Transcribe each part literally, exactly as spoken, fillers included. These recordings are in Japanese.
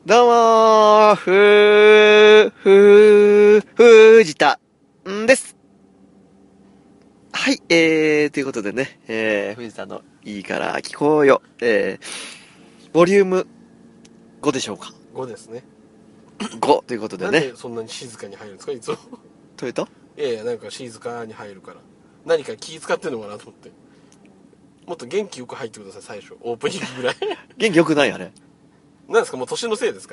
どうもー、ふー、ふー、藤田んです。はい、えー、ということでね、えー、藤田のいいから聞こうよ。えー、ボリュームごでしょうか。 ごですね。 ごということでね。 なんでそんなに静かに入るんですかいつも。 というといやいや、なんか静かに入るから。何か気使ってんのかなと思って。もっと元気よく入ってください、最初。オープニングぐらい。 元気よくないあれ。 なんですか、もう年のせいですか。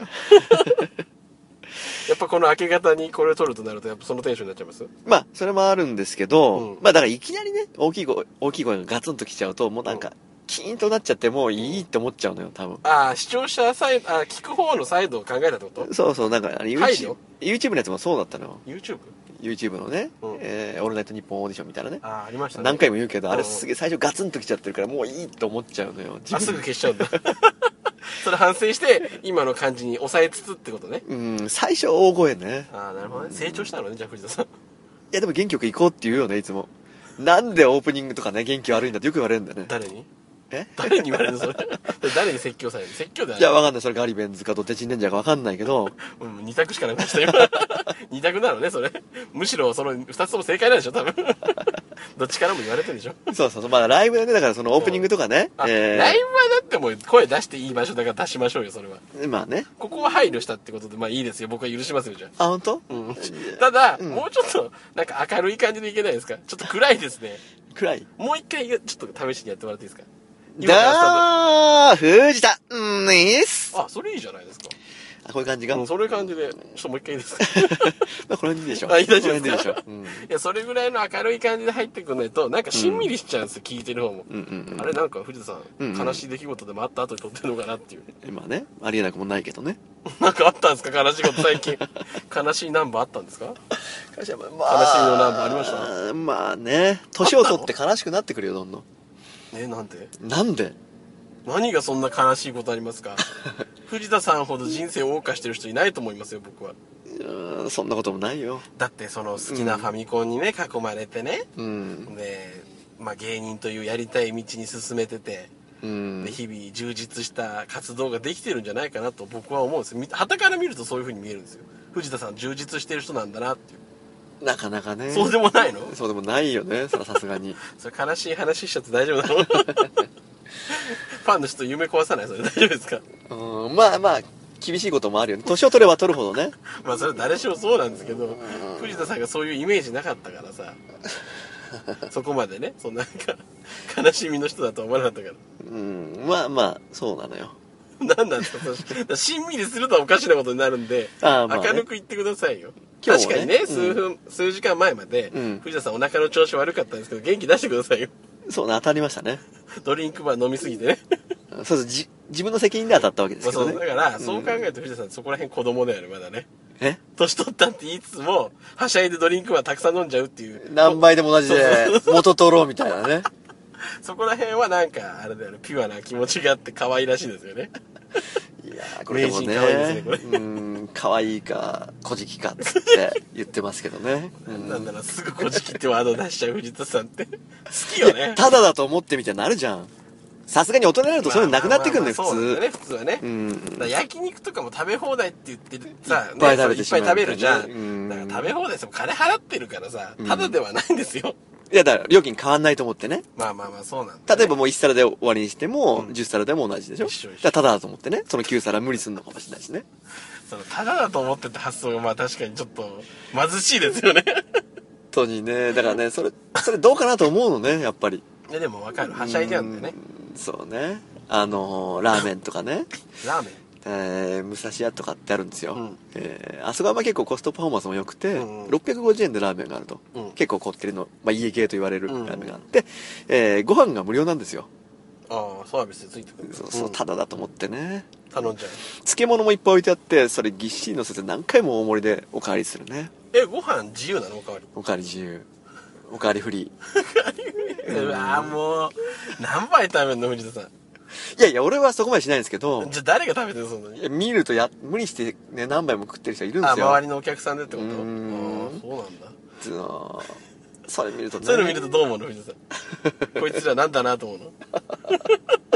やっぱこの明け方にこれを撮るとなると、やっぱそのテンションになっちゃいます？ まあ、それもあるんですけど、 うんまあだからいきなりね、大きい声、大きい声がガツンと来ちゃうと、もうなんか、キーンとなっちゃってもういいって思っちゃうのよ、多分。 ああ、視聴者サイド、あ聞く方のサイドを考えたってこと？ そうそう、なんか、あの YouTube, YouTube のやつもそうだったのよ。 YouTube？ YouTube のね、 うんえー、オールナイトニッポンオーディションみたいなね。 ああ、ありましたね。 何回も言うけど、あれうんすげえ最初ガツンと来ちゃってるからもういいと思っちゃうのよ。 あ、すぐ消しちゃうんだ。それ反省して今の感じに抑えつつってことね。 うん、最初大声ね。 ああ、なるほどね。成長したのね、じゃあ藤田さん。 いやでも元気よく行こうって言うよね、いつも。なんでオープニングとかね、元気悪いんだってよく言われるんだよね。 誰に？ え誰に言われるのそれ。誰に説教されるの？説教である。 じゃあわかんない。それガリベンズかドテチンレンジャーかわかんないけど。 うん、二択しかなくなった今。二択なのね、それ。むしろその二つとも正解なんでしょ、多分。どっちからも言われてるんでしょ。 そうそうそう。まあライブでね、だからそのオープニングとかね。 あ、 えー、 ライブはだってもう声出していい場所だから出しましょうよ、それは。 まあね。 ここは配慮したってことで、まあいいですよ。僕は許しますよ、じゃあ、本当？ あ。うん。ただ、 うんもうちょっと、なんか明るい感じでいけないですか？ちょっと暗いですね。 暗い。 もう一回、ちょっと試しにやってもらっていいですか？今からスタだー、藤田んーす。 ート。あ、それいいじゃないですか。 あ、こういう感じが。 うん、そういう感じで、ちょっともう一回いいですか？ まあこの辺でいいでしょ。 あ、いい大丈夫この辺でいいですか？ でしょ。うん。 いや、それぐらいの明るい感じで入ってくんないと、なんかしんみりしちゃうんですよ、聞いてる方も。 うんうんうん。 あれ、なんか藤田さん、 うんうん悲しい出来事でもあった後に撮ってるのかなっていう。 まあね、ありえなくもないけどね。 なんかあったんですか？悲しいこと最近。悲しいナンバーあったんですか？ 悲しいのナンバーありました？ まあね、年を取って悲しくなってくるよ、どんどん。 え、なんで？ なんで？ 何がそんな悲しいことありますか？藤田さんほど人生を謳歌してる人いないと思いますよ、僕は。 うーん、そんなこともないよ。 だってその好きなファミコンにね、囲まれてね、 うん。 で、まあ芸人というやりたい道に進めてて、 うんで。日々充実した活動ができてるんじゃないかなと僕は思うんですよ。傍から見るとそういう風に見えるんですよ。藤田さん充実してる人なんだなっていう。 なかなかね。 そうでもないの？ そうでもないよね、それはさすがに。 それ悲しい話しちゃって大丈夫なの？ファンの人夢壊さない？それ大丈夫ですか？ うん、まあまあ、厳しいこともあるよね。年を取れば取るほどね。 まあそれ誰しもそうなんですけど、藤田さんがそういうイメージなかったからさ、そこまでね、そんななんか悲しみの人だとは思わなかったから。 うん、まあまあ、そうなのよ。 何なんですか？それしんみりするとおかしなことになるんで、 あーまあね明るく言ってくださいよ。 今日はね確かにね、数分、数時間前まで、 うん藤田さんお腹の調子悪かったんですけど、元気出してくださいよ。 そうね、当たりましたね。 ドリンクバー飲みすぎてね。 そうそう、じ、自分の責任で当たったわけですまあそう、 けどね。 だから、そう考えると藤田さんそこら辺子供だよね、まだね。 え年取ったって言いつつも、はしゃいでドリンクバーたくさん飲んじゃうっていう。 何倍でも同じでそうそう、 元取ろうみたいなね。 そこら辺はなんか、あれだよね、ピュアな気持ちがあって可愛らしいですよね。 いやーこれでもね、 名人可愛いですねこれうん、可愛いか、小じきかっつって言ってますけどね。うんなんだろう、すぐこじきってワード出しちゃう藤田さんって。好きよね。 ただだと思ってみたいになるじゃん。さすがに大人になるとそういうのなくなってくるんだよ、普まあまあまあそうだよね、 通。 普通はね。 うん。 だから焼肉とかも食べ放題って言ってるさ、 いっぱい食べてしまうねそういっぱい食べるじゃん。 うんだから食べ放題ですも金払ってるからさ、ただではないんですよ。 いや、だから料金変わんないと思ってね。 まあまあまあ、そうなんだ、ね。 例えばもういち皿で終わりにしても、 うんじゅっ皿でも同じでしょ。 一緒一緒だからただだと思ってね、そのきゅう皿無理すんのかもしれないしね。 その、ただだと思ってた発想がまあ確かにちょっと貧しいですよね。 本当にね、だからね、それ、それどうかなと思うのね、やっぱり。 いやでもわかる。はしゃいじゃうんだよね。 うん。そうね。あのー、ラーメンとかね。 ラーメン。 えー、武蔵屋とかってあるんですよ、 うんえー、あそこはまあ結構コストパフォーマンスも良くて、 うんうんろっぴゃくごじゅうえんでラーメンがあると、 うん結構こってりの、まあ、家系と言われるラうんーメンがあって、えー、ご飯が無料なんですよ。 ああ、サービスでついてくる。 そうそう、 んただだと思ってね。 頼んじゃう。 漬物もいっぱい置いてあってそれぎっしり乗せて何回も大盛りでおかわりするね。 え、ご飯自由なの？おかわり。 おかわり自由、おかわりフリうわーもう、何杯食べんの藤田さん。 ー。いやいや俺はそこまでしないんですけど、 じゃあ誰が食べてるのそんなに。 いや見るとや無理してね何杯も食ってる人いるんであ、 すよ。 周りのお客さんでってこと？ああうーんー、そうなんだ。 つうのそれ見るとね、 そういうの見るとどう思うの藤田さん。こいつらなんだなと思うの？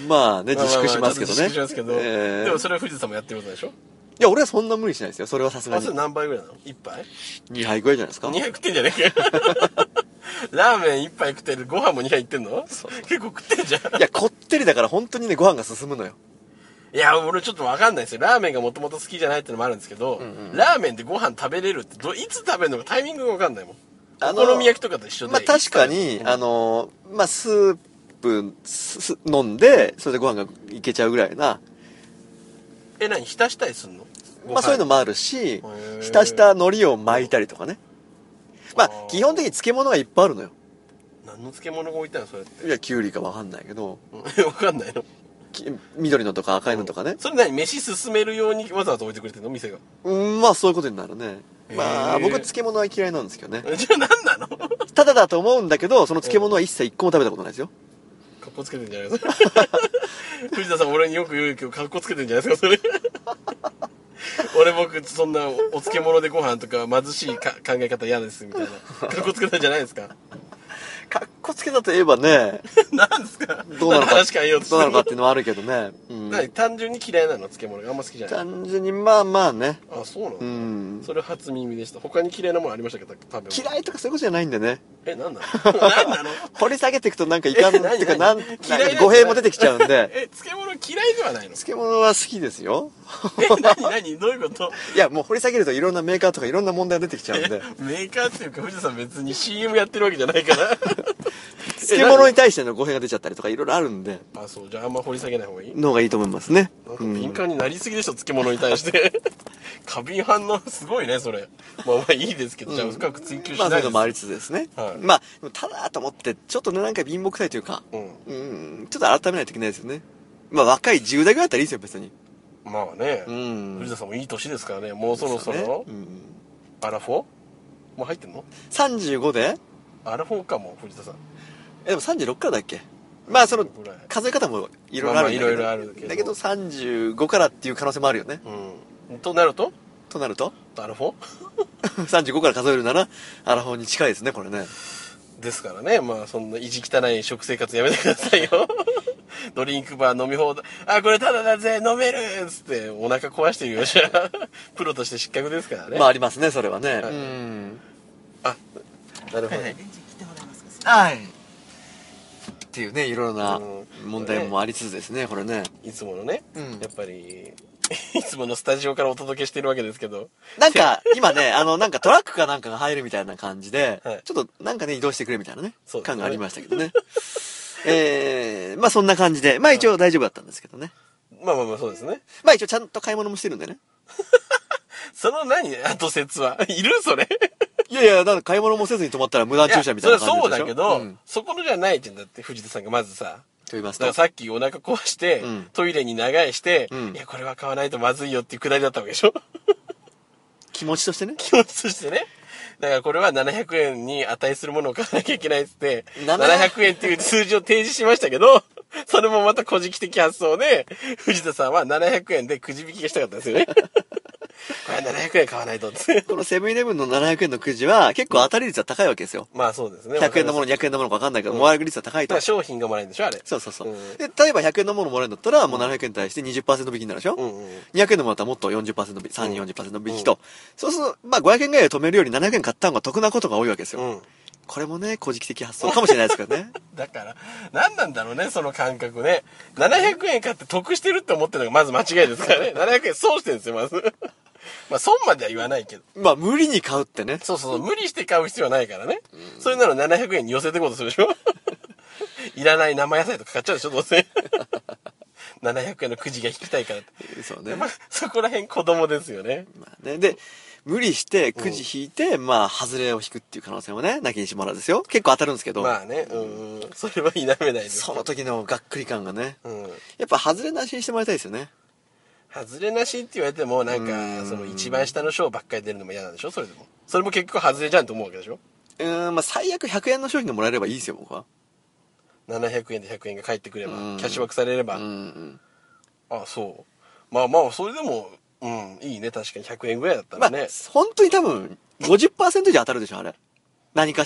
まあね、自粛しますけどね。 まあまあまあちょっと自粛しますけど、 えーでもそれは藤田さんもやってることでしょ。 いや、俺はそんな無理しないですよ。それはさすがあ、 にそれ。何杯ぐらいなの？ いち 杯にはいぐらいじゃないですか。 にはい食ってんじゃねえかよ。ラーメンいっぱい食ってる、ご飯もにはいいってんの？結構食ってんじゃん。 いや、こってりだから本当にね、ご飯が進むのよ。 いや、俺ちょっとわかんないですよ。ラーメンがもともと好きじゃないってのもあるんですけど、 うんうんラーメンでご飯食べれるってど、いつ食べるのかタイミングがわかんないもん。 あのお好み焼きとかと一緒で。 まあ確かに、 うんあのー、まあスープすす飲んで、それでご飯がいけちゃうぐらいな、 え、何浸したりすんの？ まあそういうのも。 もあるしー、 ひたした海苔を巻いたりとかね。まああー基本的に漬物がいっぱいあるのよ。 何の漬物が置いてあるのそれって。 いや、キュウリかわかんないけど、 うんわかんないの？ き緑のとか赤いのとかね。 それ何飯進めるようにわざわざ置いてくれてるの店が。 うん、まあそういうことになるね。まあへー僕漬物は嫌いなんですけどね。 じゃあ何なの？かただだと思うんだけど、その漬物は一切一個も食べたことないですよ。 っこつけてんじゃないですか。藤田さん俺によく言うけど、かっこつけてんじゃないですか、それ。俺僕、そんなお漬物でご飯とか貧しいか考え方嫌ですみたいな。かっこつけたんじゃないですか。 かっこつけたといえばね、 なんですか？ どうなのか、 話変えようとどうなのかってていうのはあるけどね。うん何単純に嫌いなの漬物があんま好きじゃない。 単純にまあまあね。 あ、そうなの、 うんそれ初耳でした。他に嫌いなものありましたけど、食べ物。 嫌いとかそういうことじゃないんでね。 え、なんなの？なんなの？ 掘り下げていくとなんかいかん、 え何っていうかなん、 何なん嫌いなんじゃないか語弊も出てきちゃうんで。 え、漬物嫌いではないの？ 漬物は好きですよ。 え、何何どういうこと？ いや、もう掘り下げるといろんなメーカーとかいろんな問題が出てきちゃうんで。 メーカーっていうか藤田さん別に シーエム やってるわけじゃないから漬物に対しての語弊が出ちゃったりとかいろいろあるんで、 あ、そう、じゃああんま掘り下げない方がいい。 の方がいいと思いますね。 なんかうん敏感になりすぎでしょ、漬物に対して過敏反応すごいねそれ。まあまあいいですけど、じゃあ深く追求しまあそうないです。 いうのもありつつですね。 はいまあ、でもただと思って、ちょっとね、なんか貧乏くさいというか、 うんうん、ちょっと改めないといけないですよね。まあ若いじゅう代ぐらいだったらいいですよ、別に。 まあね、 うん藤田さんもいい年ですからね、もうそろそろ、 そうねうんアラフォーもう入ってんの？ さんじゅうごでアラフォーかも藤田さん。 え、でもさんじゅうろくからだっけ。まあそのぐらい数え方もいろいろあるんだけど、 まあまあいろいろあるけどだけどさんじゅうごからっていう可能性もあるよね。 うんとなるととなるとアラフォさんじゅうごから数えるならアラフォーに近いですね、これね。 ーですからね。まあそんな意地汚い食生活やめてくださいよドリンクバー飲み放題、あ、これタダだぜ飲めるっつってお腹壊してるよじゃあプロとして失格ですからね。 まあありますね、それはね。 はいうん。 あ、なるほど、 はいはい。っていうね、いろいろなうん問題もありつつですね、これね。 いつものね、 うんやっぱりいつものスタジオからお届けしてるわけですけど、 なんか、今ね、あの、なんかトラックかなんかが入るみたいな感じで、 はいちょっとなんかね、移動してくれみたいなね、 そうですね感がありましたけどね。えー、まあそんな感じで、まあ一応大丈夫だったんですけどね。 まあまあまあそうですね。 まあ一応ちゃんと買い物もしてるんでね。 その何後説はいるそれいやいや、だから買い物もせずに止まったら無断駐車みたいな感じでしょ。 やそれはそうだけど、 うんそこのじゃないじゃん。だって藤田さんがまずさ、 と言いますとだから。さっきお腹壊して、 うんトイレに長居して、 うんいやこれは買わないとまずいよっていうくだりだったわけでしょ気持ちとしてね。 気持ちとしてね。だからこれはななひゃくえんに値するものを買わなきゃいけないっつって、 ななななひゃくえんっていう数字を提示しましたけど、それもまた小じ的発想で、藤田さんはななひゃくえんでくじ引きがしたかったんですよね。これはななひゃくえん買わないとって。 このセブンイレブンのななひゃくえんのくじは結構当たり率は高いわけですよ。 まあそうですね。 ひゃくえんのもの、 ににひゃくえんのものか分かんないけど、 うんもらえる率は高いと。 商品がもらえるんでしょあれ。 そうそうそう。 うんで、例えばひゃくえんのものもらえるんだったら、もうななひゃくえんに対してにじゅっパーセント引きになるでしょ、 うんうん。 にひゃくえんのものだったらもっとよんじゅっパーセント引き、さんじゅう、よんじゅっパーセント引きと。そうすると、まあごひゃくえんぐらいで止めるよりななひゃくえん買った方が得なことが多いわけですよ。 うん。 これもね、古事記的発想かもしれないですけどね。 だから、何なんだろうね、その感覚ね。ななひゃくえん買って得してるって思ってるのがまず間違いですからね。ななひゃくえん損してるんですよ、まず。まあ損までは言わないけど。 まあ無理に買うってね。 そうそうそう、無理して買う必要はないからね。それならななひゃくえんに寄せていこうとするでしょいらない生野菜とか買っちゃうでしょ、どうせ。ななひゃくえんのくじが引きたいからって。 そうね。 まあ、そこら辺子供ですよね。 まあね。で、無理してくじ引いて、まあ外れを引くっていう可能性もね、なきにしもあらずですよ。結構当たるんですけど。 まあね、うんうん。それは否めないです。 その時のがっくり感がね。 うん。 やっぱ外れなしにしてもらいたいですよね。 外れなしって言われても、なんうか、 んその一番下の賞ばっかり出るのも嫌なんでしょそれでも。それも結局外れじゃんと思うわけでしょうーん、まあ最悪ひゃくえんの商品がもらえればいいですよ、僕は。 ななひゃくえんでひゃくえんが返ってくれば、 うんキャッシュバックされれば。 うんうん。 あそう。まあまあ、それでも、うん、いいね。確かにひゃくえんぐらいだったまあらね。、 本当に多分、ごじゅっパーセント以上当たるでしょ、あれ。何かしら。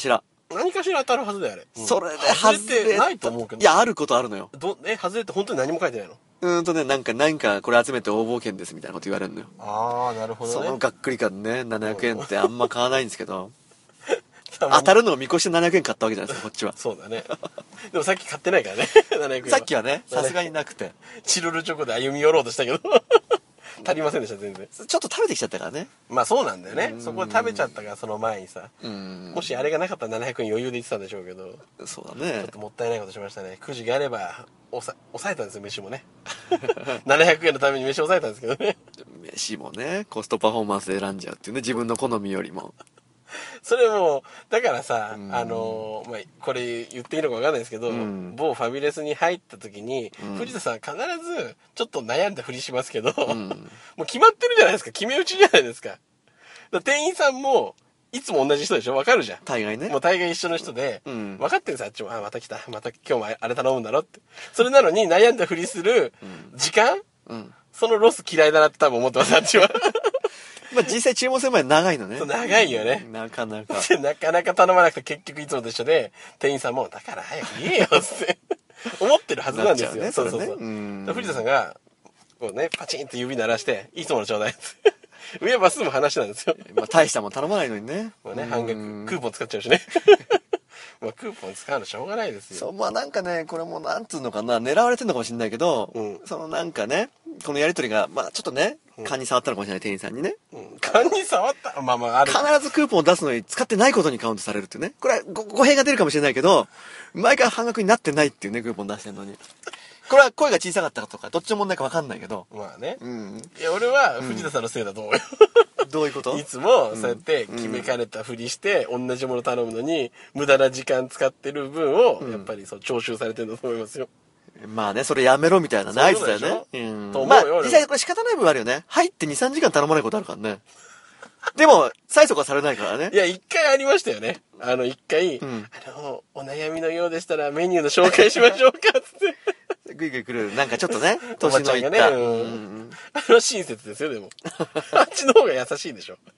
何かしら当たるはずだよ、あれ。うん、 それで外れてないと思うけど。 いや、あることあるのよ。 ど、え、外れって本当に何も書いてないの？ うーんとね、なんか、なんか、これ集めて応募券ですみたいなこと言われるのよ。 ああ、なるほどね。 そのがっくり感ね、ななひゃくえんってあんま買わないんですけど、 当当たるのを見越してななひゃくえん買ったわけじゃないですか、こっちは。 そうだね。でもさっき買ってないからね。ななひゃくえんさっきはね、さすがになくて。 チロルチョコで歩み寄ろうとしたけど、足りませんでした、全然。 ちょっと食べてきちゃったからね。 まあそうなんだよね。そこで食べちゃったから、その前にさ。 うん。 もしあれがなかったらななひゃくえん余裕で言ってたんでしょうけど、 そうだね。 ちょっともったいないことしましたね。くじがあれば、おさ、抑えたんですよ、飯もね。ななひゃくえんのために飯抑えたんですけどね。 飯もね、コストパフォーマンスで選んじゃうっていうね、自分の好みよりも。 それもだからさ、 うんあのーまあ、これ言っていいのか分かんないですけど、 うん某ファミレスに入った時に、 うん藤田さん必ずちょっと悩んだふりしますけど、 んもう決まってるじゃないですか。決め打ちじゃないですか。だから店員さんもいつも同じ人でしょ。分かるじゃん。 大概ねもう。大概一緒の人で、 うん分かってるんですあっちも。あ、また来た。また今日もあれ頼むんだろって。それなのに悩んだふりする時間、 うん。 そのロス嫌いだなって多分思ってます、あっちは。 まあ実際注文する前長いのねそう。長いよね。 なかなか。 なかなか頼まなくて結局いつもと一緒で、店員さんも、だから早く言えよって思ってるはずなんですよ。 なっちゃうねそうそうそう。 それねうんだから藤田さんが、こうね、パチンって指鳴らして、いつものちょうだいって。上は済む話なんですよ。 まあ大したもん頼まないのにね。 もうね、 うん半額、クーポン使っちゃうしね。まあクーポン使うのしょうがないですよ。 そう、まあなんかね、これもなんつうのかな、狙われてんのかもしれないけど、 うんそのなんかね、このやりとりが、まあちょっとね、勘に触ったのかもしれない、店員さんにね。 うん。勘に触ったまあまあ、ある。 必ずクーポンを出すのに使ってないことにカウントされるっていうね。これはご語弊が出るかもしれないけど、毎回半額になってないっていうね、クーポン出してんのに。これは声が小さかったかとか、どっちの問題かわかんないけど。 まあね。 うん。 いや、俺は藤田さんのせいだと思うよ。 どういうこといつもそうやって決めかねたふりして同じもの頼むのに無駄な時間使ってる分をやっぱりそう徴収されてるんだと思いますよ。 まあね、それやめろみたいなね、合図だよそういうこね。うん。 とでしょと思うよ俺もまあ、実際これ仕方ない部分あるよね。入ってに、さんじかん頼まないことあるからね。でも、催促はされないからねい。や、一回ありましたよね。あの、一回、 んあの、お悩みのようでしたらメニューの紹介しましょうかって。 グイグイ来る。なんかちょっとね、 おばちゃんがね、 年のいった。 うんうんあれは親切ですよ、でも。あっちの方が優しいでしょ。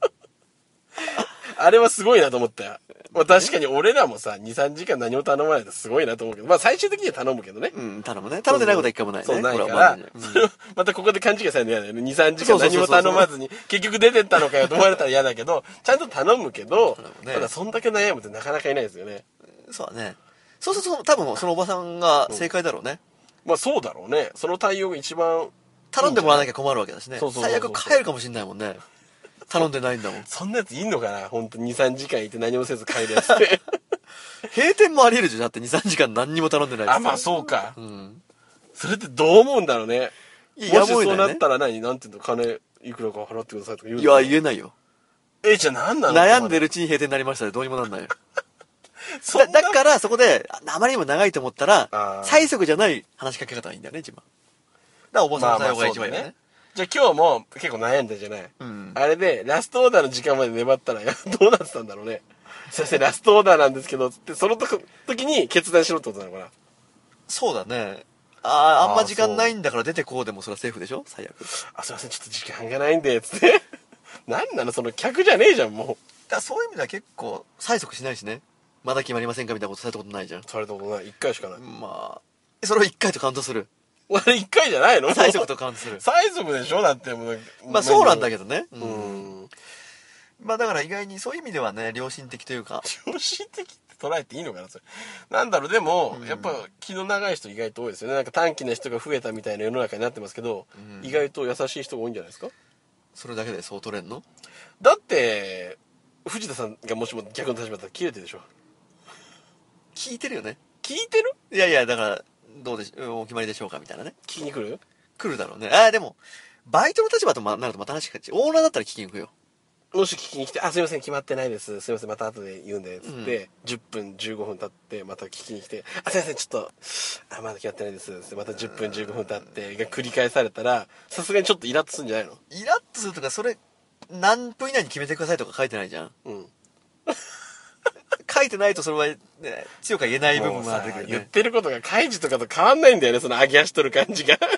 あれはすごいなと思ったよ。まあ確かに俺らもさ、に、さんじかん何も頼まないとすごいなと思うけど、まあ最終的には頼むけどね。 うん、うん、頼むね。頼んでないことは一回もないね。 そうないかこれはらまずね、 それをまたここで勘違いされるの嫌だよね。に、さんじかん何もそうそうそうそう頼まずに、結局出てったのかよと思われたら嫌だけど、ちゃんと頼むけど、 むねただそんだけ悩むってなかなかいないですよね。 うんそうだね。そうすると、多分そのおばさんが正解だろうね。 まあそうだろうね。その対応が一番、 頼んでもらわなきゃ困るわけだしね。 そうそうそうそう最悪帰るかもしんないもんね。頼んでないんだもん。 そんなやついんのかなほんとに、さんじかんいて何もせず帰るやつって。 閉店もあり得るじゃん。だってに、さんじかん何にも頼んでないですあ、まあそうか。 うん。 それってどう思うんだろうね。 いやもしそうなやむを得ないねったら何なんていうの金いくらか払ってくださいとか言ういや、 の言えないよ。 え、じゃあ何なの悩んでるうちに閉店になりましたでどうにもなんないよ。 そんなだだからそこで、ああまりにも長いと思ったら、 あー催促じゃない話しかけ方がいいんだよね、一番。だからお坊さんの対応が一番いいよね。 じゃあ今日も結構悩んだじゃない、 うんあれでラストオーダーの時間まで粘ったらどうなってたんだろうね。先生ラストオーダーなんですけどつってその時時に決断しろってことなのかな。 そうだね。ああ、あんま時あー間ないんだから出てこうでもそれはセーフでしょ最悪。だかあ、すいませんちょっと時間がないんでつってなんなのその客じゃねえじゃんもう。 らそういう意味では結構催促しないしね。まだ決まりませんかみたいなことされたことないじゃん。 されたことないいっかいしかない。 まあ、それを一回とカウントする。 あれいっかいじゃないの催促とカウントする。 催促でしょだってもうまあそうなんだけけどね。 どう。 うんんまあだから意外にそういう意味ではね、良心的というか。 良心的って捉えていいのかなそれ。なんだろうでも、やっぱ気の長い人意外と多いですよね。なんか短気な人が増えたみたいな世の中になってますけど、 うん意外と優しい人が多いんじゃないですか。 それだけでそう取れんのだって藤田さんがもしも逆の立場だったら切れてるでしょ。 聞いてるよね。 聞いてるいやいや、だから、どうでしょう、お決まりでしょうかみたいなね。 聞きに来る来るだろうね。ああ、でも、バイトの立場とまなるとまた話が違う。オーナーだったら聞きに行くよ。 もし聞きに来て「あすいません決まってないですすいませんまた後で言うんで」つって、じゅっぷんじゅうごふん経ってまた聞きに来て「あすいませんちょっとあまだ決まってないです」ってまたじゅっぷんじゅうごふん経ってが繰り返されたらさすがにちょっとイラッとするんじゃないの。 イラッとするとか、それ、何分以内に決めてくださいとか書いてないじゃん。 うん書いてないとそれは、ね、強くは言えない部分ももうさあるけどね。 言ってることが開示とかと変わんないんだよねその揚げ足取る感じが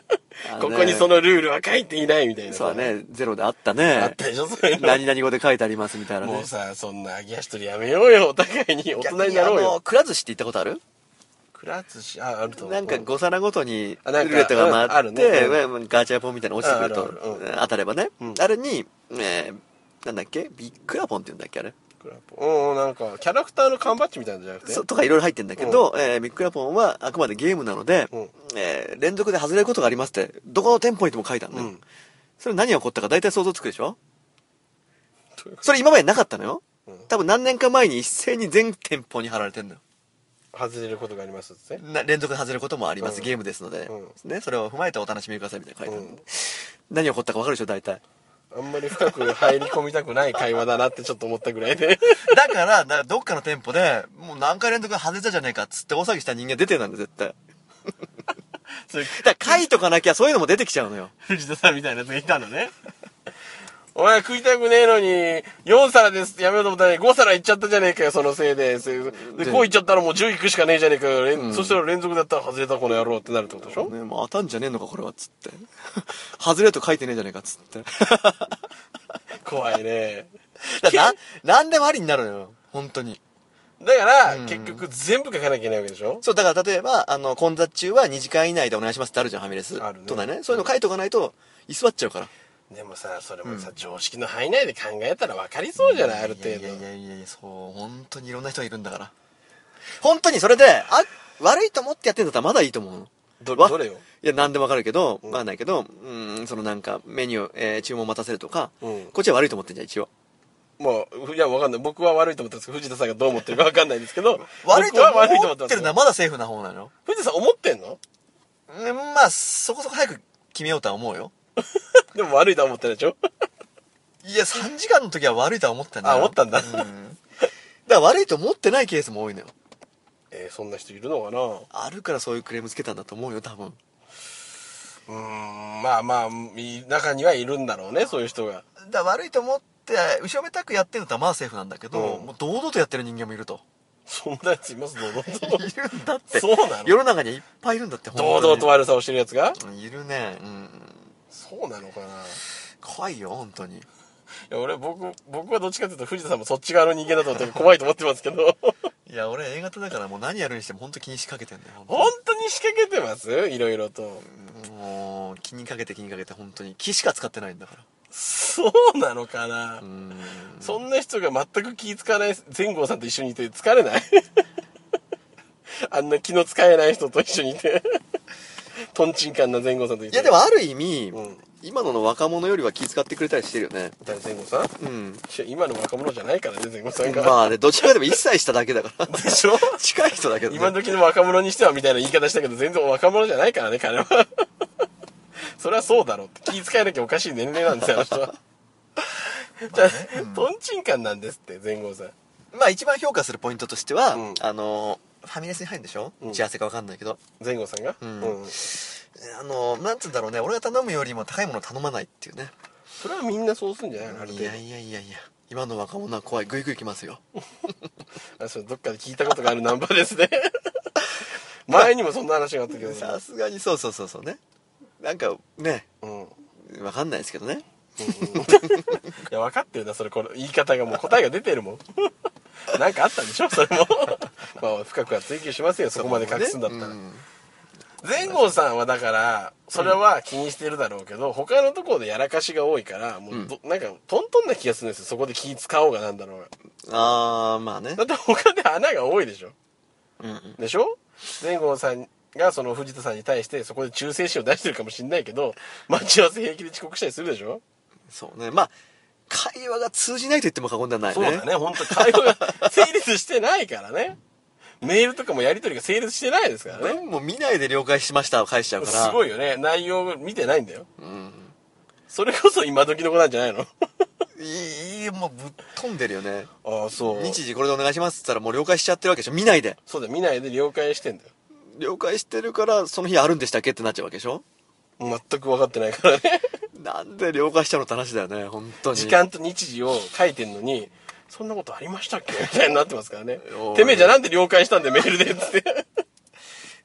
あのねここにそのルールは書いていないみたいな。 そうだね、ゼロであったね。 あったでしょ、そういうの。 何々語で書いてありますみたいなね。 もうさ、そんな揚げ足取りやめようよ、お互いに。大人になろう逆にあのよ。 くら寿司って行ったことある？ くら寿司、あ、あると思う。 なんかご皿ごとにルあなんかーレットが回って、 うんあるねうんガチャポンみたいなの落ちてくると、 あるあるうん当たればね、 うんあれに、えーなんだっけビックラポンって言うんだっけあれ、 クラポン。うん、なんか、キャラクターの缶バッジみたいなのじゃなくて。 そとかいろいろ入ってんだけど、えービックラポンはあくまでゲームなので、 うんえー連続で外れることがありますってどこの店舗にでも書いてあるのよ、 うん。 それ何が起こったか大体想像つくでしょ。 どういうこそれ今までなかったのよ、 うん多分何年か前に一斉に全店舗に貼られてんのよ。 と外れることがありますってね。 な連続で外れることもあります、 うんゲームですので、 うね、それを踏まえてお楽しみくださいみたいな書いてある、 うん何が起こったか分かるでしょ大体。 あんまり深く入り込みたくない会話だなってちょっと思ったぐらいで。 だから、だからどっかの店舗で、もう何回連続で外れたじゃねえかっつって大騒ぎした人間出てるんだよ、絶対。 それ、 だから書いとかなきゃそういうのも出てきちゃうのよ。 藤田さんみたいなやつがいたのね。お前食いたくねえのに、よん皿ですやめようと思ったのにご皿いっちゃったじゃねえかよ、そのせいで。それで、こういっちゃったらもうじゅういくしかねえじゃねえかよ。連そしたら連続だったら外れたこの野郎ってなるってことでしょ、 ね、もう当たんじゃねえのか、これは、っつって。外れと書いてねえじゃねえか、っつって。 怖いね。 だからな、なんでもありになるのよ、本当に。 だから、 うん結局全部書かなきゃいけないわけでしょ。 そう、だから例えば、あの、混雑中はにじかん以内でお願いしますってあるじゃん、ファミレス。 あるねとかね。そういうの書いとかないと、居座っちゃうから。 でもさ、それもさ、常識の範囲内で考えたら分かりそうじゃない、ある程度。 いやいやいやいや、そう、本当にいろんな人がいるんだから。本当にそれで、あ、悪いと思ってやってんだったらまだいいと思うの。 どわどれよ。 いや、なんでもわかるけど、 うんわかんないけど、うん、そのなんか、メニュー、えー注文待たせるとか、 うんこっちは悪いと思ってんじゃん、一応。 もう、いや、わかんない。僕は悪いと思ってるんですけど、藤田さんがどう思ってるかわかんないんですけど、 悪いと僕は悪いと思思ってるのはってますよ。 まだセーフな方なの。 藤田さん思ってんの？ うんまあ、そこそこ早く決めようとは思うよ。 でも悪いとは思ってないでしょ？ いや、さんじかんの時は悪いとは思ってんだよ。 あ思ったんだうん。だから悪いと思ってないケースも多いのよ。 えー、そんな人いるのかな？ あるからそういうクレームつけたんだと思うよ、多分。 うーん、まあまあ、い中にはいるんだろうね、そういう人が。 だから悪いと思って、後ろめたくやってるのとはまあセーフなんだけど、 うんもう堂々とやってる人間もいると。 そんなやついます堂々と。 いるんだって。 そうなの？ 世の中にはいっぱいいるんだって、 堂々とは悪さをしてるやつが？ いるね。うん。 そうなのかな？い怖いよ、本当に。 や、俺、僕、僕はどっちかというと藤田さんもそっち側の人間だと思って怖いと思ってますけど。 いや、俺 A 型だからもう何やるにしても本当気にしかけてんだよ。 本当に仕掛けてます？いろいろと。 もう、気にかけて気にかけて本当に。気しか使ってないんだから。 そうなのかな？ うーん。 そんな人が全く気使わない前後さんと一緒にいて疲れないあんな気の使えない人と一緒にいてトンチンカンな前後さんといて。 いや、でもある意味、 うん。 今のの若者よりは気遣ってくれたりしてるよね。 誰前後さん？ うん。 いや今の若者じゃないからね、前後さんが。 まあね、どちらかでも一切しただけだから。 でしょ？ 近い人だけどね。 今時の若者にしてはみたいな言い方したけど、全然若者じゃないからね、彼は。それはそうだろうって。気遣えなきゃおかしい年齢なんですよ、あの人は。じゃあ、トンチンカンなんですって、前後さん。 まあ一番評価するポイントとしては、 うんあの、ファミレスに入るんでしょ、 うん打ち合わせかわかんないけど。 前後さんが、 うんうん。 あの、なんつうんだろうね、俺が頼むよりも高いもの頼まないっていうね。 それはみんなそうすんじゃないの、ある程度。 いやいやいやいや、今の若者は怖い。グイグイ来ますよ。 あ、それどっかで聞いたことがあるナンバーですね。前にもそんな話があったけどね。 さすがにそうそうそうそうね。なんかね、 うん。うん。 わかんないですけどね。 いや、分かってるな、それ、この言い方がもう答えが出てるもん。なんかあったんでしょ、それも。まあ、深くは追求しますよ、そこまで隠すんだったら。 うん前後さんはだからそれは気にしてるだろうけど、他のところでやらかしが多いからもうど、なんかトントンな気がするんですよ、そこで気使おうがなんだろうが。 あー、まあねだ。って他で穴が多いでしょ。 うんうん。 でしょ。前後さんがその藤田さんに対してそこで忠誠心を出してるかもしんないけど、待ち合わせ平気で遅刻したりするでしょ。 そうね。まあ、会話が通じないと言っても過言ではないね。 そうだね、本当会話が成立してないからね。メールとかもやり取りが成立してないですからね。 文も見ないで了解しましたを返しちゃうから。 すごいよね、内容見てないんだよ。 うん。 それこそ今時の子なんじゃないの？ いい、もうぶっ飛んでるよね。 ああ、そう。 日時これでお願いしますって言ったらもう了解しちゃってるわけでしょ。見ないで。 そうだよ、見ないで了解してんだよ。 了解してるからその日あるんでしたっけってなっちゃうわけでしょ。 全く分かってないからね。 なんで了解しちゃうのって話だよね、本当に。 時間と日時を書いてんのに、そんなことありましたっけみたいになってますからねお。いてめえじゃなんで了解したんだよ、メールでっつって。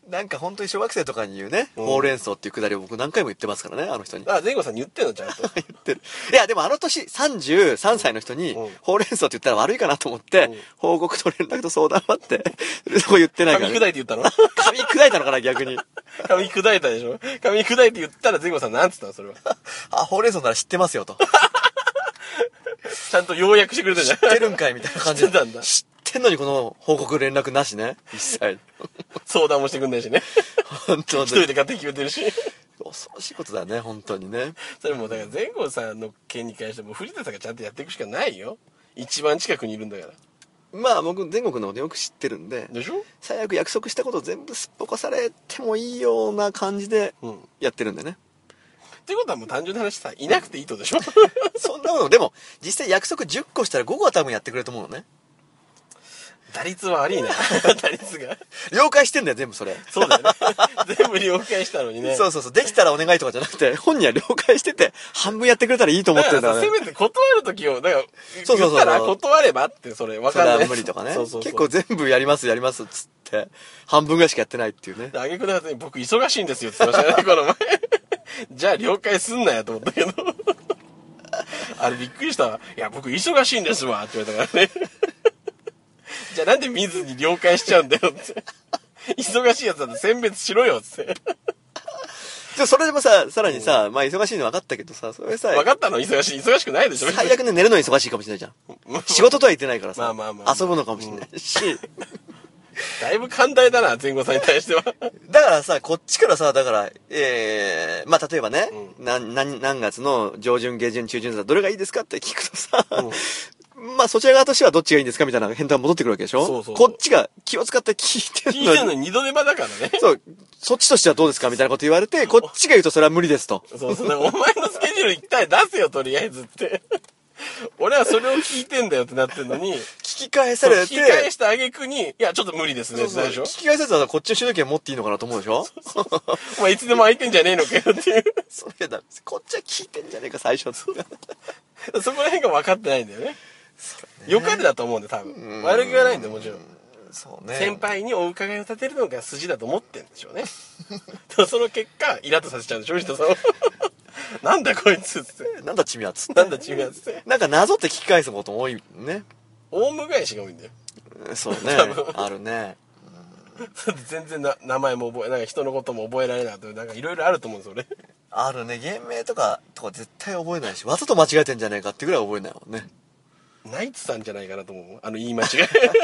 なんか本当に小学生とかに言うね、 うんほうれん草っていうくだりを僕何回も言ってますからね、あの人に。 あ、前後さんに言ってんのちゃんと。 言ってる。いや、でもあの年、さんじゅうさんさいの人に、 うんほうれん草って言ったら悪いかなと思って、 うん報告と連絡と相談はって、そう言ってないから、 噛み砕いて言ったの噛み砕いたのかな、逆に。 噛み砕いたでしょ噛み砕いて言ったら前後さんなんつったのそれは。 あ、ほうれん草なら知ってますよと。 ちゃんと要約してくれたじゃん。 知ってるんかいみたいな感じで。 知ってたんだ知ってんのにこの報告連絡なしね。一切。 相談もしてくんないしね。 本当に。 一人で勝手に決めてるし。 恐ろしいことだね、本当にね。 それもうだから前後さんの件に関しても藤田さんがちゃんとやっていくしかないよ。一番近くにいるんだから。 まあ僕全国のことよく知ってるんで、 でしょ最悪約束したことを全部すっぽかされてもいいような感じでうん。 やってるんでね。 ってことはもう単純な話さ、いなくていいとでしょそんなもの、でも実際約束じゅっこしたらごこは多分やってくれると思うのね。 打率は悪いな。打率が。 了解してんだよ、全部それ。 そうだよね。全部了解したのにね。 そうそうそう。できたらお願いとかじゃなくて、本人は了解してて、半分やってくれたらいいと思ってだからさ、 るんだからね。 せめて断るときを、だから、 そうそうそう言ったら断ればって、それ、わそれかんない。 は無理とかね。 そうそうそう。 結構全部やります、やりますっつって、半分ぐらいしかやってないっていうね。 で、あげください。僕忙しいんですよって言ってましたね、この前。じゃあ了解すんなよと思ったけど。あれびっくりしたわ。いや、僕忙しいんですわって言われたからね。じゃあなんで見ずに了解しちゃうんだよって。忙しいやつだって選別しろよって。 でもそれでもさ、さらにさ、まあ忙しいの分かったけどさ、それさ、 分かったの忙しい。忙しくないでしょ最悪ね、寝るのに忙しいかもしれないじゃん。仕事とは言ってないからさ、 まあまあまあまあ遊ぶのかもしれないし、 だいぶ寛大だな、前後さんに対しては。 だからさ、こっちからさ、だから、えー、まあ例えばね、 うな何何月の上旬、下旬、中旬だどれがいいですかって聞くとさ、 うんまあそちら側としてはどっちがいいんですかみたいな返答が戻ってくるわけでしょ。 そうそうこっちが気を使って聞いて聞いてるのに。 んのに二度手間だからね。 そう、そっちとしてはどうですかみたいなこと言われて、こっちが言うとそれは無理ですと。 そうそう、お前のスケジュール一体出せよ、とりあえずって。俺はそれを聞いてんだよってなってんのに、 聞き返されて、 聞き返した挙句に、いや、ちょっと無理ですね、 そうそうってなるでしょ聞き返せたらこっちの主導権持っていいのかなと思うでしょ。 お前いつでも空いてんじゃねえのかよっていう。 それだ、こっちは聞いてんじゃねえか、最初。 そこら辺が分かってないんだよね。よかれだと思うんだよ、多分。悪気はないんだよ、もちろん。 そうね。 先輩にお伺いを立てるのが筋だと思ってんでしょうね。でもその結果、イラッとさせちゃうんでしょ、藤田さんを。なんだこいつっつって。 なんだ君はっつって。 なんだ君はっつって。 なんかなぞって聞き返すことも多いね。 オウム返しが多いんだよ。 そうね多分。 あるね。 全然な名前も覚え、なんか人のことも覚えられなかった。なんかいろいろあると思うんですよ、俺。 あるね。芸名とか、とか絶対覚えないし、わざと間違えてんじゃねえかっていうぐらい覚えないもんね。 ナイツさんじゃないかなと思う。あの言い間違い。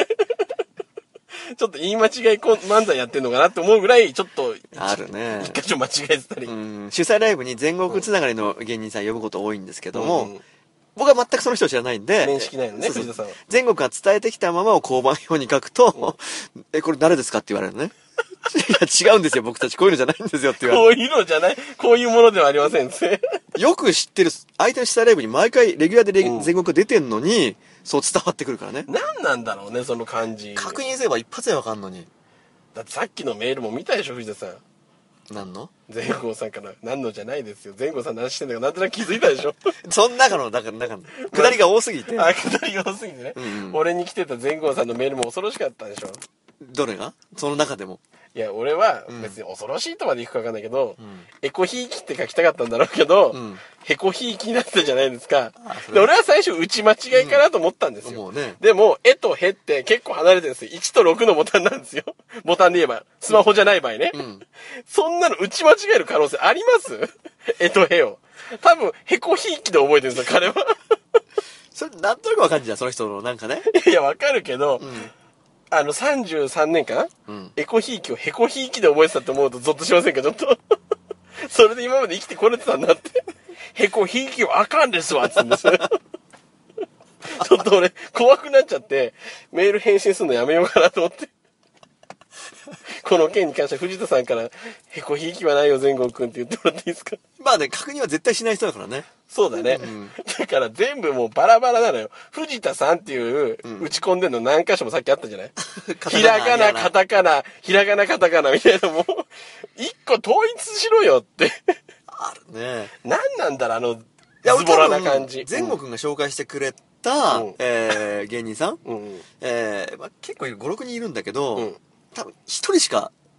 ちょっと言い間違いこん漫才やってんのかなって思うぐらい、ちょっと、 あるね。 一箇所間違えてたり。 うん。主催ライブに全国つながりの芸人さん呼ぶこと多いんですけども、 うん僕は全くその人を知らないんで、 面識ないのね、 そうそう藤田さんは。 全国が伝えてきたままを交番表に書くと、え、これ誰ですかって言われるのね。いや、違うんですよ、僕たちこういうのじゃないんですよって言われこういうのじゃない、こういうものではありませんって。 る。よく知ってる、相手の主催ライブに毎回レギュラーでレギうん全国出てんのに、そう伝わってくるからね。 何なんだろうね、その感じ。 確認すれば一発でわかんのに。 だってさっきのメールも見たでしょ、藤田さん。 なんの前後さんから、何のじゃないですよ。前後さん何してんだかなんとなく気づいたでしょ。 その中の、だから、中の、下りが多すぎて。 あ、くだりが多すぎてね。 うんうん俺に来てた前後さんのメールも恐ろしかったでしょ。 どれがその中でも。 いや、俺はん別に恐ろしいとまでいくかわかんないけど、 んエコひいきって書きたかったんだろうけど、 うんヘコひいきになってたじゃないですかあそ。れで、俺は最初打ち間違いかなと思ったんですよ。 もうね。 でも、エとヘって結構離れてるんですよ。いちとろくのボタンなんですよ。ボタンで言えば。スマホじゃない場合ね。 んそんなの打ち間違える可能性ありますエとヘを。多分、ヘコひいきで覚えてるんですよ、彼は。 それ、なんとなくわかるじゃん、その人の、なんかね。 いや、わかるけど、 んあの、さんじゅうさんねんかな、 うんエコひいきをヘコひいきで覚えてたって思うとゾッとしませんか、ちょっと。それで今まで生きてこれてたんだって。ヘコひいきはあかんですわ、つってんですよ。ちょっと俺、怖くなっちゃって、メール返信するのやめようかなと思って。この件に関しては藤田さんから、へこひいきはないよ、全国くんって言ってもらっていいですか？ まあね、確認は絶対しない人だからね。 そうだね。だから全部もうバラバラなのよ。藤田さんっていう打ち込んでんの何箇所もさっきあったじゃない、ひらがな、カタカナ、ひらがな、カタカナみたいなもう、一個統一しろよって。 あるね。 何なんだろう、あの、 いやズボラな感じ。 全国が紹介してくれた、 うんえー芸人さん、 うん。うん。 えーまあ、結構ご、ろくにんいるんだけど、 うん多分一人しか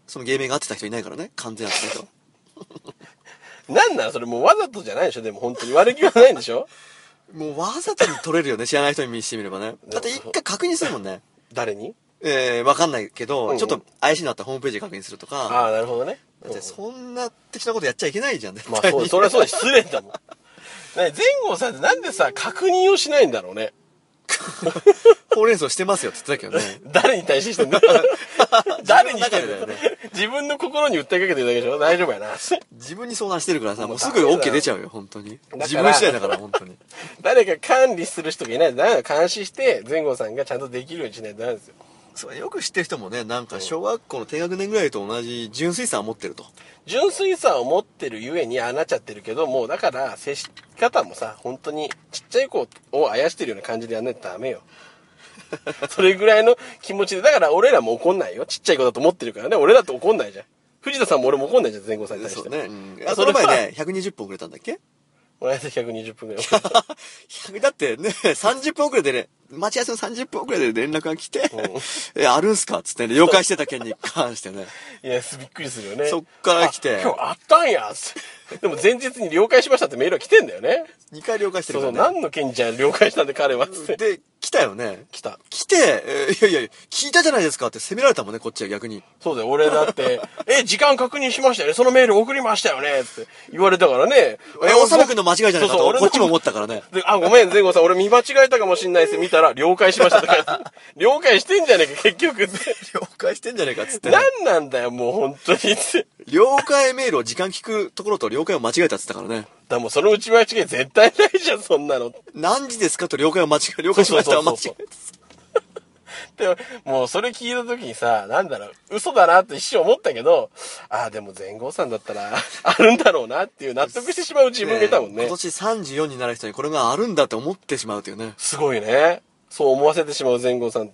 その芸名が合ってた人いないからね。完全合ってた人は。 なんなのそれもうわざとじゃないでしょでも本当に悪気はないんでしょもうわざとに取れるよね。知らない人に見してみればね。だって一回確認するもんね。 誰にえー、わかんないけど、 うんうんちょっと怪しいなったらホームページで確認するとか。 ああ、なるほどね。 だってそんな適当なことやっちゃいけないじゃん。 まあそう、それはそうだ失礼だもん。ね、前後さんってなんでさ、確認をしないんだろうね。 ほうれん草してますよって言ってたけどね。 誰に対してしてんだ誰にしてんだよね。自分の心に訴えかけてるだけでしょ大丈夫やな。 自分に相談してるからさ、もうすもうダメだぐ OK 出ちゃうよ、本当に。 ら自分次第だから、本当に。 誰か管理する人がいないとダメだ。監視して、前後さんがちゃんとできるようにしないとダメですよ。 それよく知ってる人もね、なんか小学校の低学年ぐらいと同じ純粋さを持ってると。 純粋さを持ってるゆえにああなっちゃってるけど、もうだから接し方もさ、本当にちっちゃい子をあやしてるような感じでやんないとダメよ。それぐらいの気持ちで、だから俺らも怒んないよ。ちっちゃい子だと思ってるからね。俺だって怒んないじゃん。藤田さんも俺も怒んないじゃん、前後さんに対して。 そうね。うん、 ああその前それね、ひゃくにじゅっぷん遅れたんだっけこの間ひゃくにじゅっぷんぐらい。 だってね、さんじゅっぷん遅れでね、待ち合わせのさんじゅっぷん遅れで連絡が来て、 うん、 え、あるんすかっつってね、了解してた件に関してね。 いや、びっくりするよね。 そっから来て。 今日あったんやつって。でも前日に了解しましたってメールが来てんだよね。 にかい了解してそうそう、 るからね。 何の件じゃん了解したんで彼はつって。 で、来たよね。 来た。 来て、えーいやいや、聞いたじゃないですかって責められたもんね、こっちは逆に。 そうだよ、俺だって、え、時間確認しましたよね、そのメール送りましたよね、つって言われたからね。 え、おさめくんの間違いじゃないかと、 そうそう俺のこっちも思ったからね。 で、あ、ごめん、前後さん、俺見間違えたかもしんないです見たら、了解しましたとか。了解してんじゃねえか、結局って。 了解してんじゃねえかっつってね。 何なんだよ、もう本当にって。 了解メールを時間聞くところと了解を間違えたっつったからね。 だからもうそのうち間違い絶対ないじゃん、そんなの。 何時ですかと了解を間違え、了解しましたを間違えでもうそれ聞いた時にさ、なんだろう、嘘だなって一瞬思ったけど、ああ、でも前後さんだったら、あるんだろうなっていう納得してしまう自分がいたもんね。 今年さんじゅうよんになる人にこれがあるんだって思ってしまうというね。 すごいね。そう思わせてしまう前後さんって。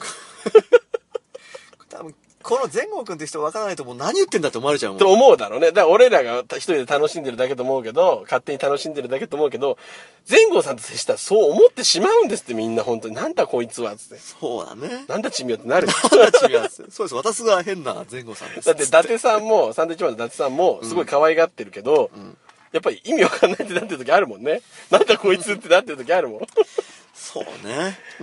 多分、この前後くんって人分からないともう何言ってんだって思われちゃうもん。 と思うだろうね。だから俺らが一人で楽しんでるだけと思うけど、勝手に楽しんでるだけと思うけど、前後さんと接したらそう思ってしまうんですってみんな本当に。なんだこいつはつって。 そうだね。 なんだちみよってなる。 なんだ違う。そうです。私が変な前後さんです。 だって伊達さんも、サンドウィッチマンの伊達さんも、すごい可愛がってるけど、うん、やっぱり意味わかんないってなってる時あるもんね。なんだこいつってなってる時あるもん。 そうね。うん。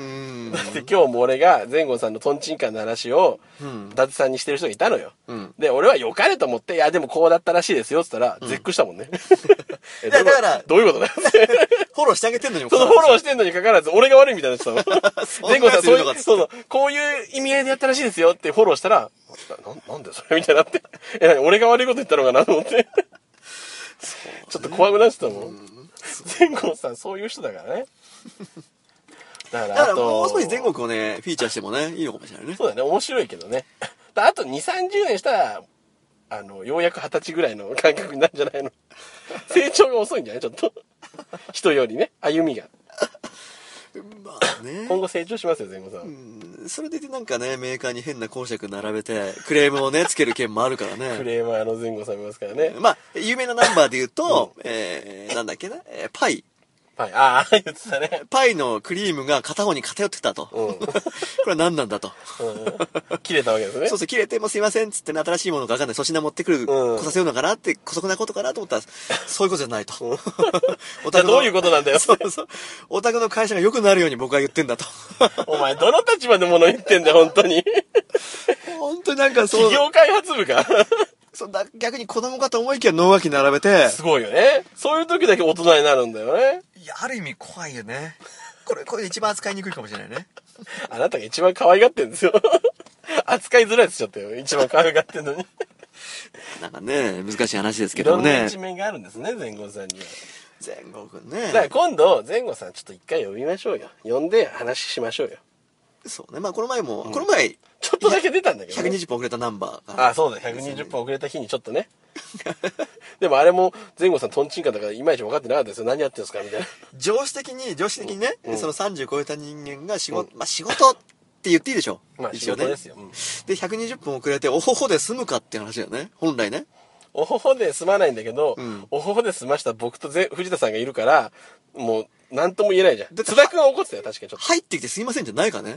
だって今日も俺が前後さんのトンチンカンの話を、うん、伊達さんにしてる人がいたのよ。うん、で、俺は良かれと思って、いやでもこうだったらしいですよって言ったら、うん、絶句したもんね。 いや、だから、 どういうことだよ。 フォローしてあげてんのにもそのフォローしてんのにかかわらず、俺が悪いみたいな人だもん。前後さんそういう、そうそう、こういう意味合いでやったらしいですよってフォローしたら、な、なんでそれみたいになって。え、何俺が悪いこと言ったのかなと思って。ね、ちょっと怖くなってたもん。前後さんそういう人だからね。だから、 だからもう少し全国をね、フィーチャーしてもね、いいのかもしれないね。 そうだね、面白いけどね。あとに、さんじゅうねんしたら、あの、ようやくはたちぐらいの感覚になるんじゃないの。成長が遅いんじゃないちょっと。人よりね、歩みが。 まあね。 今後成長しますよ、前後さん。 うん。それでなんかね、メーカーに変な公爵並べて、クレームをね、つける件もあるからね。 クレーマーの前後さんいますからね。 まあ、有名なナンバーで言うと、うん、えー、なんだっけな、えー、パイ。 パイ、ああ、言ってたね。 パイのクリームが片方に偏ってたと。うん、これは何なんだと。 うん、切れたわけですね。 そうそう、切れてもすいませんっつってね、新しいものがわかんない。粗品持ってくる、うん、来させようのかなって、姑息なことかなと思ったら、そういうことじゃないと。うん、 お宅どういうことなんだよ。 そうそう。お宅の会社が良くなるように僕は言ってんだと。 お前、どの立場で物言ってんだよ、本当に。 本当になんかそう。 企業開発部か。 そんな、逆に子供かと思いきや脳脇並べて。 すごいよね。そういう時だけ大人になるんだよね。 いや、ある意味怖いよね。これ、これ一番扱いにくいかもしれないね。 あなたが一番可愛がってんですよ。扱いづらいって言っちゃったよ。一番可愛がってんのに。 なんかね、難しい話ですけどもね。 いろんな一面があるんですね、前後さんには。 前後くんね。 だから今度、前後さんちょっと一回呼びましょうよ。呼んで話しましょうよ。 そうね。まあ、この前も、うん、この前、 ちょっとだけ出たんだけど、 ね。ひゃくにじゅっぷん遅れたナンバーが。あ、そうだ、ひゃくにじゅっぷん遅れた日にちょっとね。でもあれも、前後さんトンチンカンだからいまいち分かってなかったですよ。何やってんですかみたいな。 常識的に、常識的にね、うん、そのさんじゅう超えた人間が仕事、うん、まあ仕事って言っていいでしょ。 まあ仕事ですよ。 うん、で、ひゃくにじゅっぷん遅れて、おほほで済むかっていう話だよね。本来ね。 おほほで済まないんだけど、うん、おほほで済ました僕とぜ藤田さんがいるから、もう、なんとも言えないじゃん。津田くんは怒ってたよ、確かにちょっと。 入ってきてすいませんじゃないかね。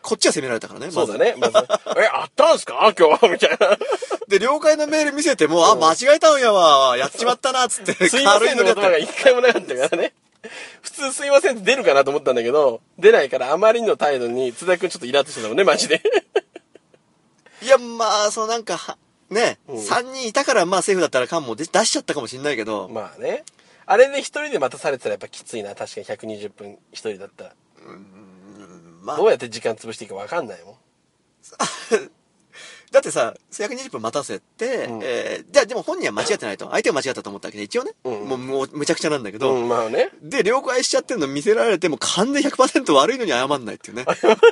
こっちは責められたからね、まずそうだね。まず、え、あったんすか今日みたいな。 で、了解のメール見せても、あ、間違えたんやわ。やっちまったな、つって。 すいませんの言葉が一回もなかったからね。普通すいませんって出るかなと思ったんだけど、出ないからあまりの態度に津田くんちょっとイラッとしてたもんね、マジで。 いや、まあ、そのなんか、はね、 うんさんにんいたからまあセーフだったら缶も出出しちゃったかもしれないけど、 まあね。あれで一人で待たされてたらやっぱきついな。確かにひゃくにじゅっぷん一人だったら。 まあどうやって時間潰していいか分かんないもん。 だってさ、ひゃくにじゅっぷん待たせて、 うんえーじゃあでも本人は間違ってないと。相手は間違ったと思ったわけで、一応ね、 うんもう、もうむちゃくちゃなんだけど、 うん、まあね。 で、了解しちゃってるの見せられても完全ひゃくパーセント悪いのに謝んないっていうね。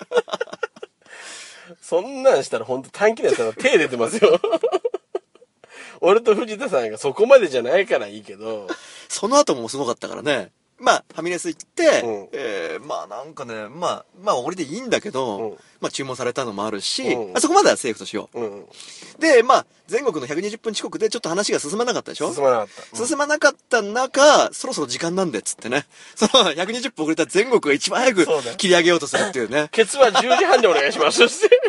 そんなんしたらほんと短期のやったら手出てますよ。俺と藤田さんがそこまでじゃないからいいけど。 その後もすごかったからね。まあ、ファミレス行って、 うんえーまあなんかね、まあ、まあ、おごりでいいんだけど、 うんまあ注文されたのもあるし、 うんまあそこまではセーフとしよう。 うん。 で、まあ、全国のひゃくにじゅっぷん遅刻でちょっと話が進まなかったでしょ進まなかった。うん進まなかった中、そろそろ時間なんでっつってね。そのひゃくにじゅっぷん遅れた全国が一番早くそうだよ切り上げようとするっていうね。 ケツはじゅうじはんでお願いします。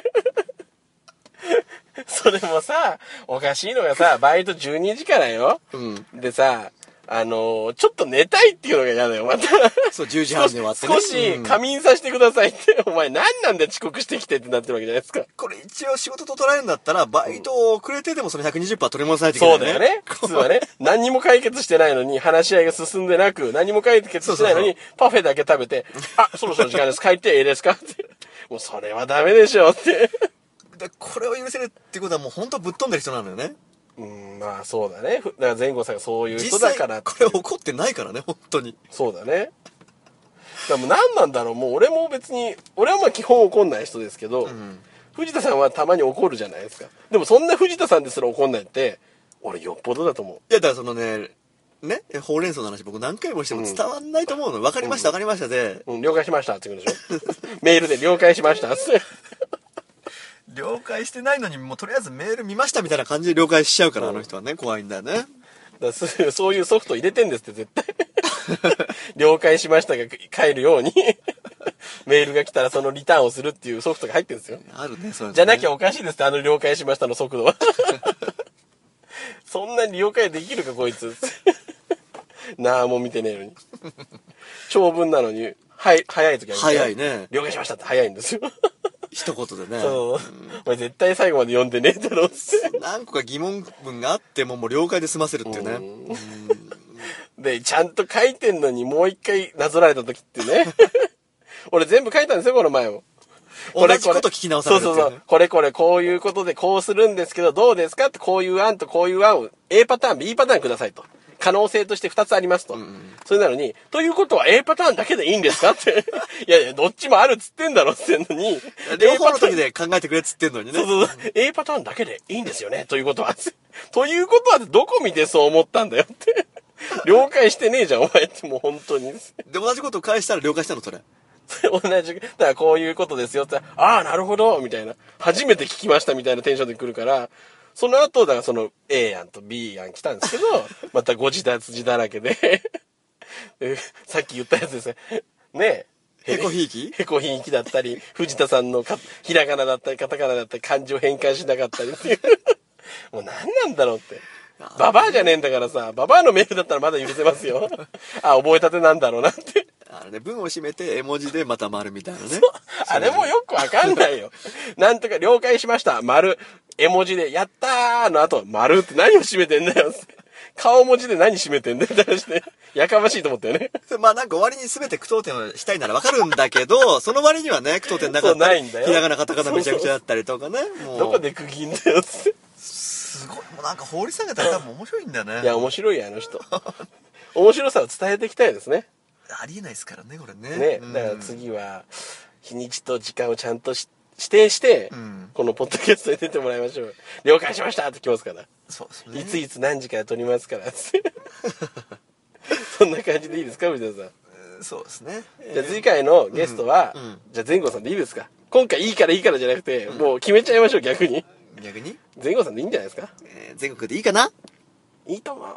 それもさ、おかしいのがさ、バイトじゅうにじからよ。 うん。 でさ、あのーちょっと寝たいっていうのが嫌だよ、また。 そう、じゅうじはんで終わってね。 少しうん仮眠させてくださいって。お前何なんだよ遅刻してきてってなってるわけじゃないですか。 これ一応仕事と捉えるんだったら、バイト遅れてでもそのひゃくにじゅっぷんは取り戻さないといけなそいうね。 だよね。普通はね。何にも解決してないのに、話し合いが進んでなく、何も解決してないのに、パフェだけ食べて、あ、そろそろ時間です。帰っていいですかって。もうそれはダメでしょって。 で、これを許せるっていうことはもう本当ぶっ飛んでる人なのよね。 うん、まあそうだね。ふだから前後さんがそういう人実際だからってこれ起こってないからね、本当に。 そうだね。でも何なんだろう、もう俺も別に、俺はまあ基本怒んない人ですけど、 ん藤田さんはたまに怒るじゃないですか。でもそんな藤田さんですら怒んないって、俺よっぽどだと思う。 いや、だからそのね、ね、ほうれん草の話僕何回もしても伝わんないと思うの。わかりました、わかりましたで、 うん、了解しましたって言うんでしょメールで了解しましたって。 了解してないのにもうとりあえずメール見ましたみたいな感じで了解しちゃうから、あの人はね、怖いんだよね。 だからそうそういうソフト入れてんですって絶対。了解しましたが帰るようにメールが来たらそのリターンをするっていうソフトが入ってるんですよ。 あるね、そういうのねじゃなきゃおかしいですって、あの了解しましたの速度は。そんなに了解できるかこいつ。なあもう見てねえのに。長文なのに、はい、早い時は早いね。 了解しましたって早いんですよ。 一言でね。 そう。お前絶対最後まで読んでねえだろって。 何個か疑問文があってももう了解で済ませるっていうね。 で、ちゃんと書いてんのにもう一回なぞられた時ってね。俺全部書いたんですよ、この前も。 同じこと聞き直されるっていうねそうそうそう。これこれこういうことでこうするんですけどどうですかって、こういう案とこういう案を A パターン B パターンくださいと。可能性としてふたつありますと。それなのに、ということは A パターンだけでいいんですかって。いやいや、どっちもあるっつってんだろっつってんのに。 両方の時で考えてくれっつってんのにね。 そうそうそう。A パターンだけでいいんですよね。ということは。ということは、どこ見てそう思ったんだよって。了解してねえじゃん、お前ってもう本当に。 で、同じことを返したら了解したの、それ。 同じ、だからこういうことですよって、ああ、なるほど、みたいな。初めて聞きましたみたいなテンションで来るから、その後、だからその A 案と B 案来たんですけど、またご自立字だらけで、でさっき言ったやつですね。ねえ。 へこひいきへこひいきだったり、藤田さんのかひらがなだったり、カタカナだったり、漢字を変換しなかったりっていう。もう何なんだろうって。ババアじゃねえんだからさ、ババアのメールだったらまだ許せますよ。あ、覚えたてなんだろうなって。 あれね、文を締めて絵文字でまた丸みたいなね。 あれもよくわかんないよ。なんとか了解しました。丸。絵文字で、やったーの後、丸って何を締めてんだよ。顔文字で何締めてんだよって話で、やかましいと思ったよね。 まあなんか終わりに全て句読点をしたいならわかるんだけど、その割にはね、句読点なかったり、 そうないんだよひらがなカタカナめちゃくちゃだったりとかね。もうどこで区切んだよって。 すごい、もうなんか放り下げたら多分面白いんだよね。 いや、面白いよ、あの人。面白さを伝えていきたいですね。 ありえないですからね、これね。 ね。 うんだから次は、日にちと時間をちゃんとし指定して、 うんこのポッドキャストに出てもらいましょう。了解しましたって来ますから。 そうですね。 いついつ何時から撮りますからって。そんな感じでいいですか、藤田さん。 そうですね。 じゃあ次回のゲストは、 うんうんじゃあ前後さんでいいですか。今回いいからいいからじゃなくて、もう決めちゃいましょう、逆に。 逆に、 前後さんでいいんじゃないですか。 えー全国でいいかないいと思う。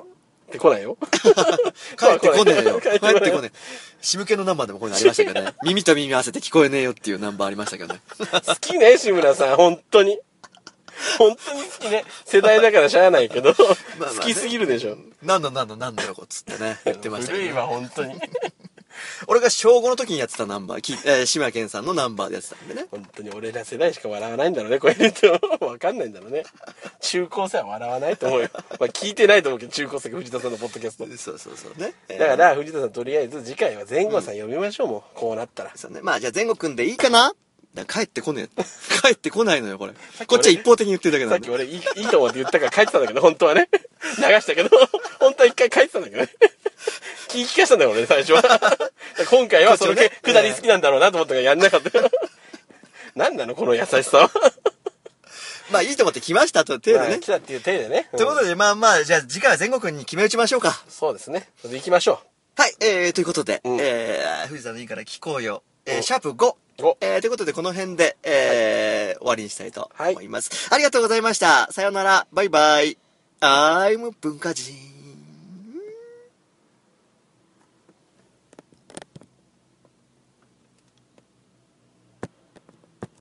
ってこないよ。 帰ってこねえよ。 帰帰ってこないってこねえ。シム系のナンバーでもこういうのありましたけどね。耳と耳合わせて聞こえねえよっていうナンバーありましたけどね。 好きね、志村さん、本当に。本当に好きね。世代だからしゃあないけど、 まあまあね好きすぎるでしょ。 なんだなんだなんだろこっつってね、言ってましたけどね、 古いわ、本当に。 俺が小ごの時にやってたナンバー、きえー、志村けんさんのナンバーでやってたんでね。 本当に俺ら世代しか笑わないんだろうね、こういうの。わかんないんだろうね。中高生は笑わないと思うよ。まあ聞いてないと思うけど、中高生が藤田さんのポッドキャスト。 そうそうそうね。えーだから、藤田さんとりあえず次回は前後さん読みましょう、もう。こうなったら。 そうね。まあじゃあ前後くんでいいかな。だから帰ってこねえ。帰ってこないのよ、これ。こっちは一方的に言ってるだけなんで。 さっき俺いい、いいと思って言ったから書いてたんだけど、本当はね。流したけど、本当は一回書いてたんだけどね。聞き聞かしたんだよ、俺ね、最初は。今回はそのこっちをねくだり好きなんだろうなと思ったからやんなかったよ。何なの、この優しさは。 まあいいと思って来ましたと、程度ね。 まあ来たっていう体でね。 ということで、まあまあ、じゃあ次回は前後くんに決め打ちましょうか。 そうですね。それで行きましょはい、えー、ということで、 うんえー、藤田のいいから聞こうよ。えー、 うんシャープご。 ごえー、ということで、この辺で、えー終わりにしたいとはい思います。ありがとうございました。さようなら。バイバイ。I'm 文化人。